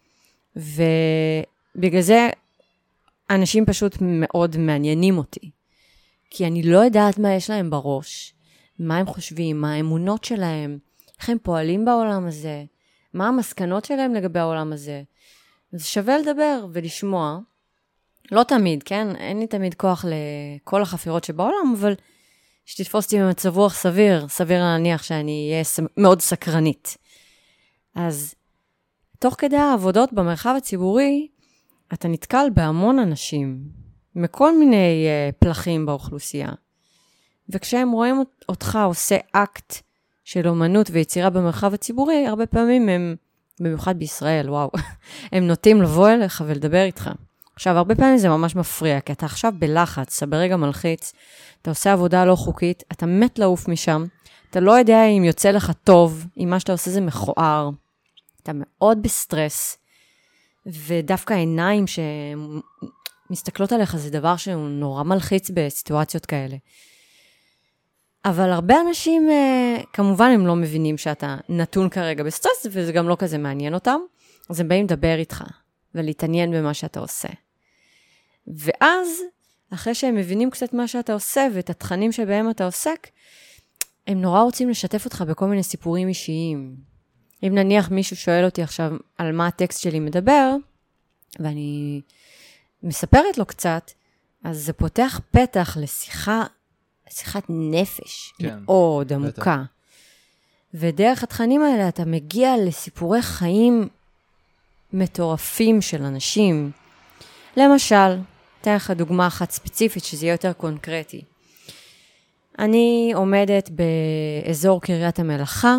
B: ובגלל זה, אנשים פשוט מאוד מעניינים אותי. כי אני לא יודעת מה יש להם בראש, מה הם חושבים, מה האמונות שלהם, איך הם פועלים בעולם הזה, מה המסקנות שלהם לגבי העולם הזה. זה שווה לדבר ולשמוע. לא תמיד, כן? אין לי תמיד כוח לכל החפירות שבעולם, אבל שתתפוס אותי במצב רוח סביר להניח שאני אהיה מאוד סקרנית. אז תוך כדי העבודות במרחב הציבורי, אתה נתקל בהמון אנשים, מכל מיני פלחים באוכלוסייה. וכשהם רואים אותך עושה אקט של אומנות ויצירה במרחב הציבורי, הרבה פעמים הם, במיוחד בישראל, וואו, הם נוטים לבוא אליך ולדבר איתך. עכשיו, הרבה פעמים זה ממש מפריע, כי אתה עכשיו בלחץ, אתה ברגע מלחיץ, אתה עושה עבודה לא חוקית, אתה מת לעוף משם, אתה לא יודע אם יוצא לך טוב, אם מה שאתה עושה זה מכוער, אתה מאוד בסטרס, ודווקא העיניים מסתכלות עליך זה דבר שהוא נורא מלחיץ בסיטואציות כאלה. אבל הרבה אנשים, כמובן הם לא מבינים שאתה נתון כרגע בסטרס, וזה גם לא כזה מעניין אותם, אז הם באים לדבר איתך, ולהתעניין במה שאתה עושה. ואז, אחרי שהם מבינים קצת מה שאתה עושה, ואת התכנים שבהם אתה עוסק, הם נורא רוצים לשתף אותך בכל מיני סיפורים אישיים. אם נניח מישהו שואל אותי עכשיו על מה הטקסט שלי מדבר, ואני מספרת לו קצת, אז זה פותח פתח לשיחת נפש, כן, מאוד עמוקה. ודרך התכנים האלה אתה מגיע לסיפורי חיים מטורפים של אנשים. למשל, אתן לך דוגמה אחת ספציפית שזה יהיה יותר קונקרטי. אני עומדת באזור קריית המלאכה,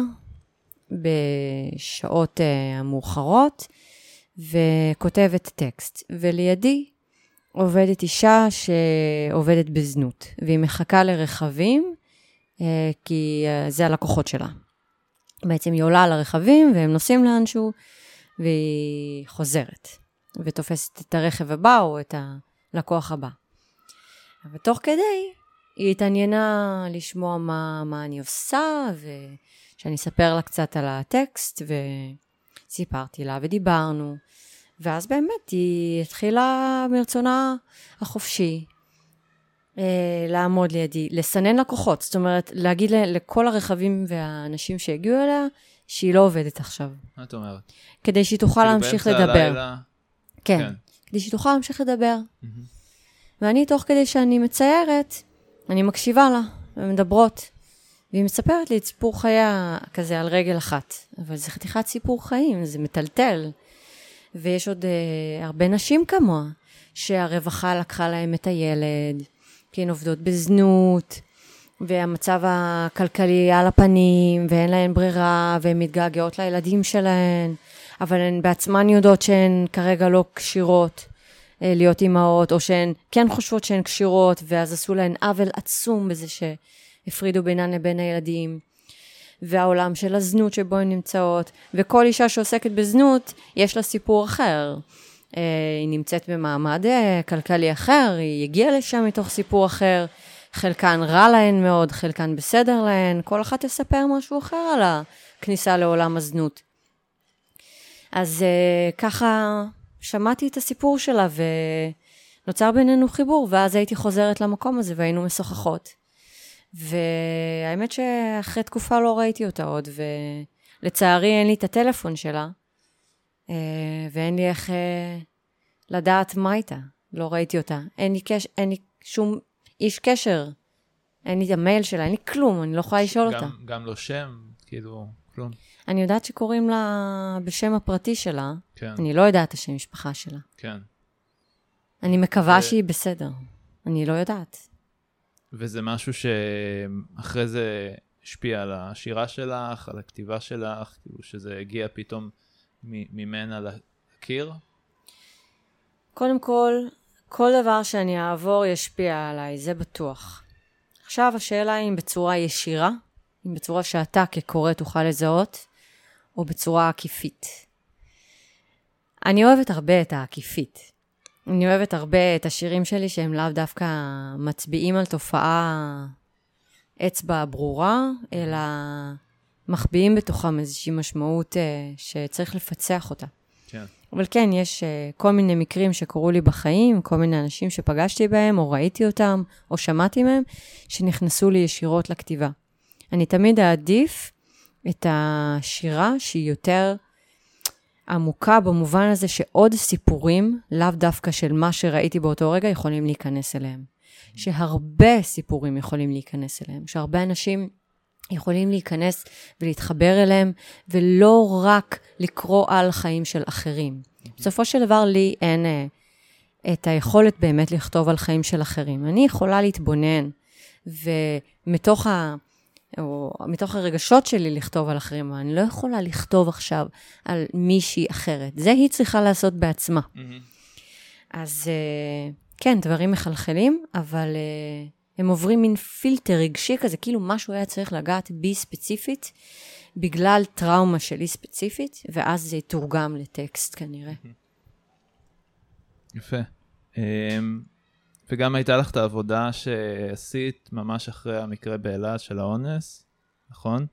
B: בשעות המאוחרות, וכותבת טקסט. ולידי עובדת אישה שעובדת בזנות, והיא מחכה לרכבים, כי זה הלקוחות שלה. בעצם היא עולה על הרכבים, והם נוסעים לאנשהו, והיא חוזרת, ותופסת את הרכב הבא, או את הלקוח הבא. ותוך כדי, היא התעניינה לשמוע מה אני עושה, ושאני אספר לה קצת על הטקסט, וסיפרתי לה, ודיברנו, ואז באמת היא התחילה מרצונה החופשי, לעמוד לידי, לסנן לקוחות, זאת אומרת, להגיד לכל הרכבים והאנשים שהגיעו אליה, שהיא לא עובדת עכשיו.
A: מה את אומרת?
B: כדי שהיא תוכל להמשיך לדבר. כן, כדי שהיא תוכל להמשיך לדבר. ואני תוך כדי שאני מציירת, אני מקשיבה לה, ומדברות, והיא מספרת לי את סיפור חייה כזה על רגל אחת, אבל זה חתיכת סיפור חיים, זה מטלטל. ויש עוד הרבה נשים כמוה, שהרווחה לקחה להם את הילד, כי הן עובדות בזנות, והמצב הכלכלי על הפנים, ואין להן ברירה, והן מתגעגעות לילדים שלהן, אבל הן בעצמן יודעות שהן כרגע לא קשירות להיות אימהות, או שהן כן חושבות שהן קשירות, ואז עשו להן עוול עצום בזה שהפרידו בינן לבין הילדים, והעולם של הזנות שבו הן נמצאות, וכל אישה שעוסקת בזנות, יש לה סיפור אחר. היא נמצאת במעמד כלכלי אחר, היא הגיעה לשם מתוך סיפור אחר, חלקן רע להן מאוד, חלקן בסדר להן, כל אחת תספר משהו אחר על הכניסה לעולם הזנות. אז ככה שמעתי את הסיפור שלה, ונוצר בינינו חיבור, ואז הייתי חוזרת למקום הזה, והיינו משוחחות. והאמת שאחרי תקופה לא ראיתי אותה עוד, ולצערי אין לי את הטלפון שלה, ואין לי איך לדעת מה הייתה, לא ראיתי אותה. אין לי שום איש קשר, אין לי את המייל שלה, אין לי כלום, אני לא יכולה לשאול אותה.
A: גם לא שם, כאילו, כלום.
B: אני יודעת שקוראים לה בשם הפרטי שלה,
A: כן.
B: אני לא יודעת את השם משפחה שלה.
A: כן.
B: אני מקווה שהיא בסדר, אני לא יודעת.
A: וזה משהו שאחרי זה השפיע על השירה שלך, על הכתיבה שלך, כאילו שזה הגיע פתאום ממנה להכיר?
B: קודם כל דבר שאני אעבור ישפיע עליי, זה בטוח. עכשיו השאלה היא אם בצורה ישירה, אם בצורה שאתה כקורא תוכל לזהות, או בצורה עקיפית. אני אוהבת הרבה את העקיפית. אני אוהבת הרבה את השירים שלי שהם לאו דווקא מצביעים על תופעה אצבע ברורה, אלא מחביאים בתוכם איזושהי משמעות שצריך לפצח אותה.
A: כן.
B: אבל כן, יש כל מיני מקרים שקורו לי בחיים, כל מיני אנשים שפגשתי בהם, או ראיתי אותם, או שמעתי מהם, שנכנסו לי ישירות לכתיבה. אני תמיד אעדיף את השירה שהיא יותר עמוקה במובן הזה שעוד סיפורים, לאו דווקא של מה שראיתי באותו רגע, יכולים להיכנס אליהם. שהרבה סיפורים יכולים להיכנס אליהם, שהרבה אנשים יכולים להיכנס ולהתחבר אליהם, ולא רק לקרוא על חיים של אחרים. בסופו של דבר לי אין את היכולת באמת לכתוב על חיים של אחרים. אני יכולה להתבונן, ומתוך מתוך הרגשות שלי לכתוב על אחרים, אני לא יכולה לכתוב עכשיו על מישהי אחרת. זה היא צריכה לעשות בעצמה. אז כן, דברים מחלחלים, אבל הם עוברים מין פילטר רגשי כזה, כאילו משהו היה צריך לגעת בי ספציפית, בגלל טראומה שלי ספציפית, ואז זה יתורגם לטקסט כנראה.
A: יפה. וגם הייתה לך את העבודה שעשית ממש אחרי המקרה באילת של האונס, נכון?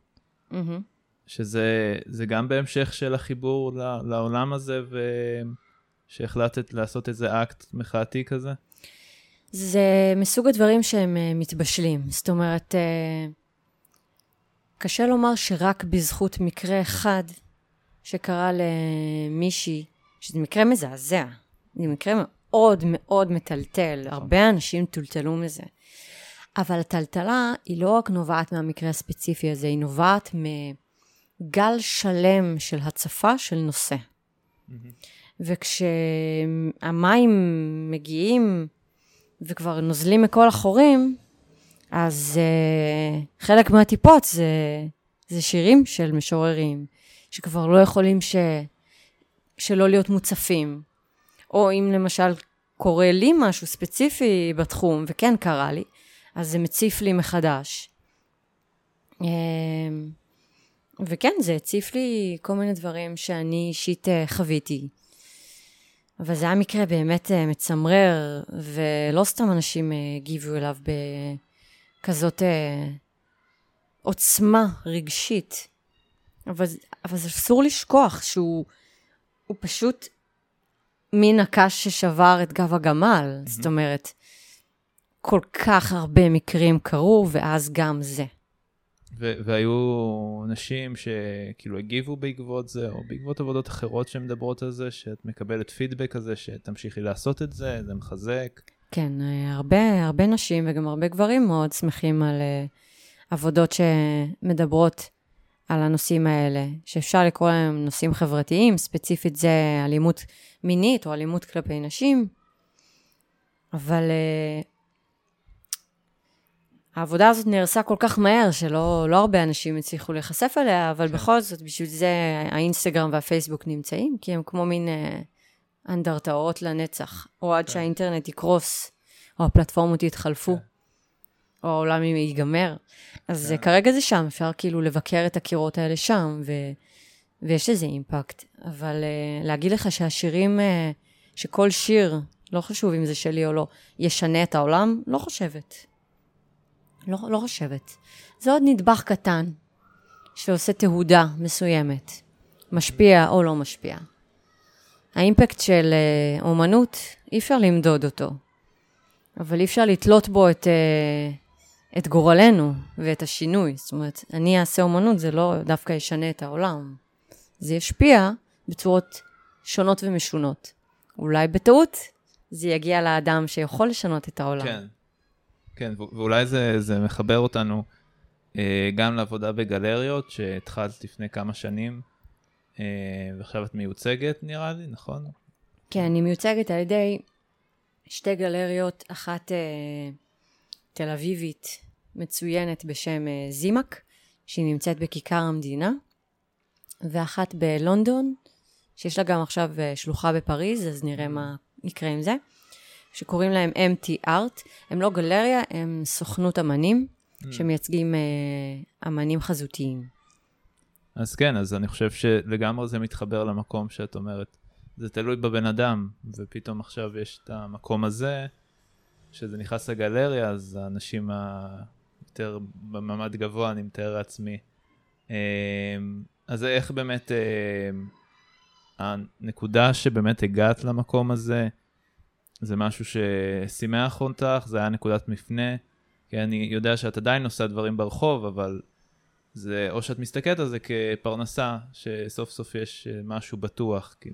A: שזה גם בהמשך של החיבור לעולם הזה, ושהחלטת לעשות איזה אקט מחאתי כזה?
B: זה מסוג הדברים שהם מתבשלים. זאת אומרת, קשה לומר שרק בזכות מקרה אחד שקרה למישהי, שזה מקרה מזעזע, זה מקרה מאוד מאוד מטלטל, הרבה אנשים טולטלו מזה. אבל הטלטלה היא לא רק נובעת מהמקרה הספציפי הזה, היא נובעת מגל שלם של הצפה של נושא. וכשהמים מגיעים וכבר נוזלים מכל החורים, אז חלק מהטיפות זה שירים של משוררים, שכבר לא יכולים שלא להיות מוצפים. או אם למשל קורה לי משהו ספציפי בתחום, וכן קרה לי, אז זה מציף לי מחדש. וכן, זה הציף לי כל מיני דברים שאני אישית חוויתי. אבל זה היה מקרה באמת מצמרר, ולא סתם אנשים הגיבו אליו בכזאת עוצמה רגשית. אבל זה אסור לשכוח שהוא פשוט מין הקש ששבר את גב הגמל. זאת אומרת, כל כך הרבה מקרים קרו, ואז גם זה.
A: והיו נשים שכאילו הגיבו בעקבות זה, או בעקבות עבודות אחרות שמדברות על זה, שאת מקבלת פידבק הזה, שתמשיכי לעשות את זה, זה מחזק.
B: כן, הרבה נשים וגם הרבה גברים מאוד שמחים על עבודות שמדברות על הנושאים האלה, שאפשר לקרוא להם נושאים חברתיים, ספציפית זה אלימות מינית או אלימות כלפי נשים, אבל העבודה הזאת נהרסה כל כך מהר, שלא הרבה אנשים הצליחו להיחשף אליה, אבל בכל זאת, בשביל זה האינסטגרם והפייסבוק נמצאים, כי הם כמו מין אנדרטאות לנצח, או עד שהאינטרנט יקרוס, או הפלטפורמות יתחלפו, או העולם ייגמר. אז כרגע זה שם, אפשר כאילו לבקר את הקירות האלה שם, ויש לזה אימפקט. אבל להגיד לך שהשירים, שכל שיר, לא חשוב אם זה שלי או לא, ישנה את העולם, לא חושבת. לא חושבת. זה עוד נדבך קטן, שעושה תהודה מסוימת. משפיע או לא משפיע. האימפקט של אומנות, אי אפשר למדוד אותו. אבל אי אפשר לתלות בו את גורלנו ואת השינוי. זאת אומרת, אני אעשה אומנות, זה לא דווקא ישנה את העולם. זה ישפיע בצורות שונות ומשונות. אולי בטעות זה יגיע לאדם שיכול לשנות את העולם.
A: כן, כן, ואולי זה מחבר אותנו גם לעבודה בגלריות, שהתחלת לפני כמה שנים, ועכשיו את מיוצגת נראה לי, נכון?
B: כן, אני מיוצגת על ידי שתי גלריות, אחת תל אביבית מצוינת בשם זימק, שהיא נמצאת בכיכר המדינה, ואחת בלונדון, שיש לה גם עכשיו שלוחה בפריז, אז נראה מה יקרה עם זה, שקוראים להם MT Art. הם לא גלריה, הם סוכנות אמנים, שמייצגים אמנים חזותיים.
A: אז כן, אז אני חושב שלגמרי זה מתחבר למקום שאת אומרת, זה תלוי בבן אדם, ופתאום עכשיו יש את המקום הזה, שזה נכנס לגלריה, אז האנשים היותר במעמד גבוה, אני מתאר לעצמי. אז איך באמת, הנקודה שבאמת הגעת למקום הזה, זה משהו ששימח אותך, זה היה נקודת מפנה, כי אני יודע שאת עדיין עושה דברים ברחוב, אבל זה, או שאת מסתכלת על זה כפרנסה, שסוף סוף יש משהו בטוח, כאילו.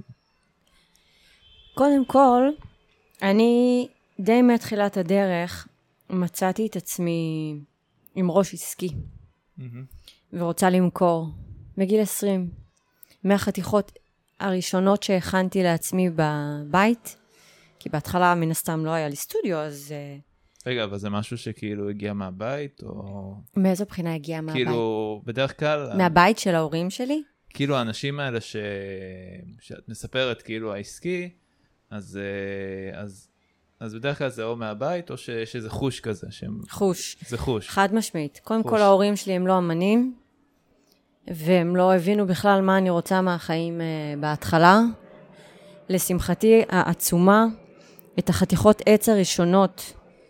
B: קודם כל, אני די מתחילת הדרך מצאתי את עצמי עם ראש עסקי, ורוצה למכור בגיל 20, מהחתיכות הראשונות שהכנתי לעצמי בבית, כי בהתחלה מן הסתם לא היה לי סטודיו, אז...
A: רגע, אבל זה משהו שכאילו הגיע מהבית, או...
B: מאיזו בחינה הגיע מהבית?
A: כאילו, בדרך כלל...
B: מהבית של ההורים שלי?
A: כאילו, האנשים האלה שאת מספרת, כאילו, העסקי, אז בדרך כלל זה או מהבית, או שזה חוש כזה.
B: חוש.
A: זה חוש.
B: חד משמעית. קודם כל, ההורים שלי הם לא אמנים, והם לא הבינו בכלל מה אני רוצה מהחיים בהתחלה. לשמחתי העצומה, את החתיכות עץ הראשונות,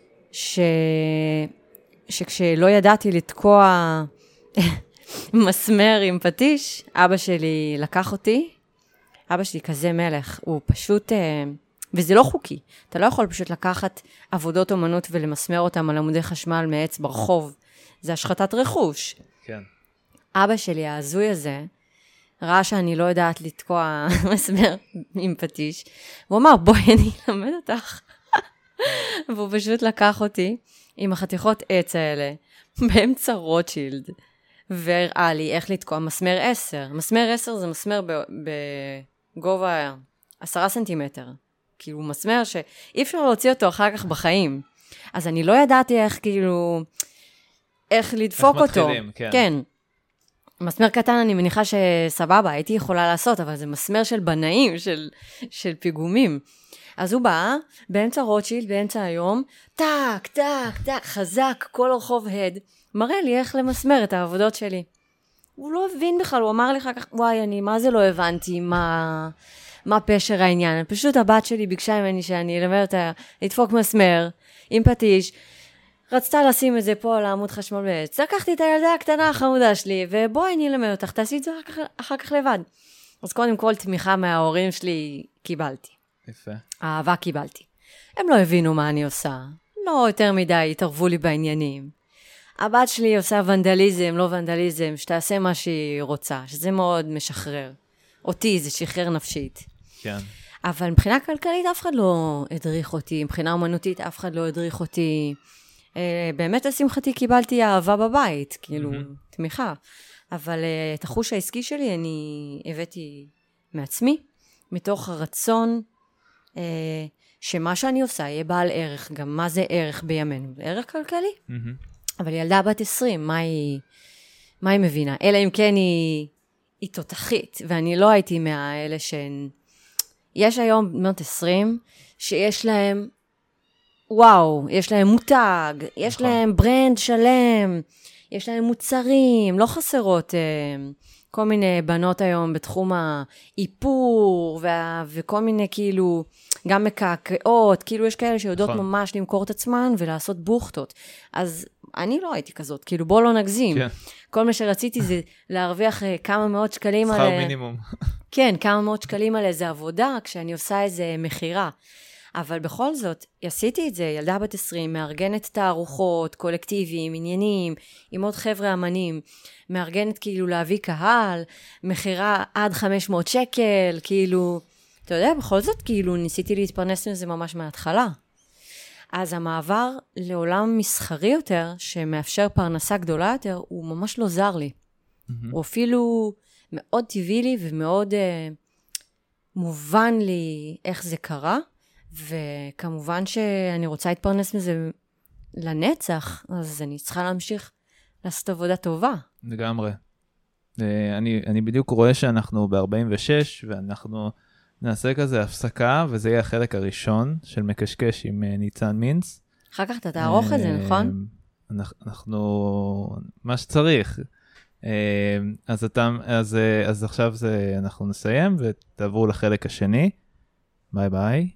B: שכשלא ידעתי לתקוע מסמר עם פטיש, אבא שלי לקח אותי. אבא שלי כזה מלך, הוא פשוט, וזה לא חוקי. אתה לא יכול פשוט לקחת עבודות אומנות ולמסמר אותם על עמודי חשמל מעץ ברחוב. זה השחתת רכוש.
A: כן.
B: אבא שלי, העזוי הזה, ראה שאני לא יודעת לתקוע מסמר עם פטיש, והוא אמר, בואי אני אלמד אותך. והוא פשוט לקח אותי עם החתיכות עץ האלה, באמצע רוטשילד, והראה לי איך לתקוע מסמר 10. מסמר 10 זה מסמר בגובה 10 סנטימטר. כאילו מסמר שאי אפשר להוציא אותו אחר כך בחיים. אז אני לא ידעתי איך כאילו, איך לדפוק אותו. איך מתחילים,
A: כן.
B: כן. מסמר קטן אני מניחה שסבבה, הייתי יכולה לעשות, אבל זה מסמר של בנאים, של פיגומים. אז הוא בא, באמצע רוטשילד, באמצע היום, טק, טק, טק, חזק, כל רחוב הד, מראה לי איך למסמר את העבודות שלי. הוא לא הבין בכלל, הוא אמר לי אחר כך, וואי, אני מה זה לא הבנתי, מה פשר העניין. פשוט הבת שלי ביקשה ממני שאני אלמד אותה לדפוק מסמר עם פטיש, רצתה לשים את זה פה על העמוד חשמל בעץ. לקחתי את הילדה הקטנה החמודה שלי, ובואי אני אלמד אותך, תעשי את זה אחר כך לבד. אז קודם כל תמיכה מההורים שלי קיבלתי.
A: יפה.
B: אהבה קיבלתי. הם לא הבינו מה אני עושה. לא יותר מדי התערבו לי בעניינים. הבת שלי עושה ונדליזם, לא ונדליזם, שתעשה מה שהיא רוצה, שזה מאוד משחרר. אותי זה שחרר נפשית.
A: כן.
B: אבל מבחינה כלכלית אף אחד לא הדריך אותי, מבחינה אומנותית אף אחד לא הדריך אותי. באמת לשמחתי קיבלתי אהבה בבית, כאילו תמיכה. אבל את החוש העסקי שלי אני הבאתי מעצמי, מתוך הרצון שמה שאני עושה יהיה בעל ערך, גם מה זה ערך בימינו, ערך כלכלי. אבל ילדה בת 20, מה היא מבינה? אלא אם כן היא תותחית, ואני לא הייתי מהאלה שהן... יש היום בנות 20 שיש להם, וואו, יש להם מותג, יש להם ברנד שלם, יש להם מוצרים, לא חסרות כל מיני בנות היום בתחום האיפור, וכל מיני כאילו, גם מקעקעות, כאילו יש כאלה שיודעות ממש למכור את עצמן ולעשות בוכטות. אז אני לא הייתי כזאת, כאילו בוא לא נגזים. כן. כל מה שרציתי זה להרוויח כמה מאות שקלים על...
A: שכר מינימום.
B: כן, כמה מאות שקלים על איזה עבודה, כשאני עושה איזה מחירה. אבל בכל זאת, עשיתי את זה, ילדה בת 20, מארגנת תערוכות, קולקטיביים, עניינים, עם עוד חבר'ה אמנים, מארגנת כאילו להביא קהל, מחירה עד 500 שקל, כאילו, אתה יודע, בכל זאת כאילו ניסיתי להתפרנס מזה ממש מההתחלה. אז המעבר לעולם מסחרי יותר, שמאפשר פרנסה גדולה יותר, הוא ממש לא זר לי. הוא אפילו מאוד טבעי לי ומאוד מובן לי איך זה קרה, וכמובן שאני רוצה להתפרנס מזה לנצח, אז אני צריכה להמשיך לעשות עבודה טובה.
A: לגמרי. אני בדיוק רואה שאנחנו ב-46, ואנחנו נעשה כזה הפסקה, וזה יהיה החלק הראשון של מקשקש עם ניצן מינץ.
B: אחר כך אתה תערוך את זה, נכון?
A: אנחנו, מה שצריך. אז עכשיו אנחנו נסיים, ותעברו לחלק השני. ביי ביי.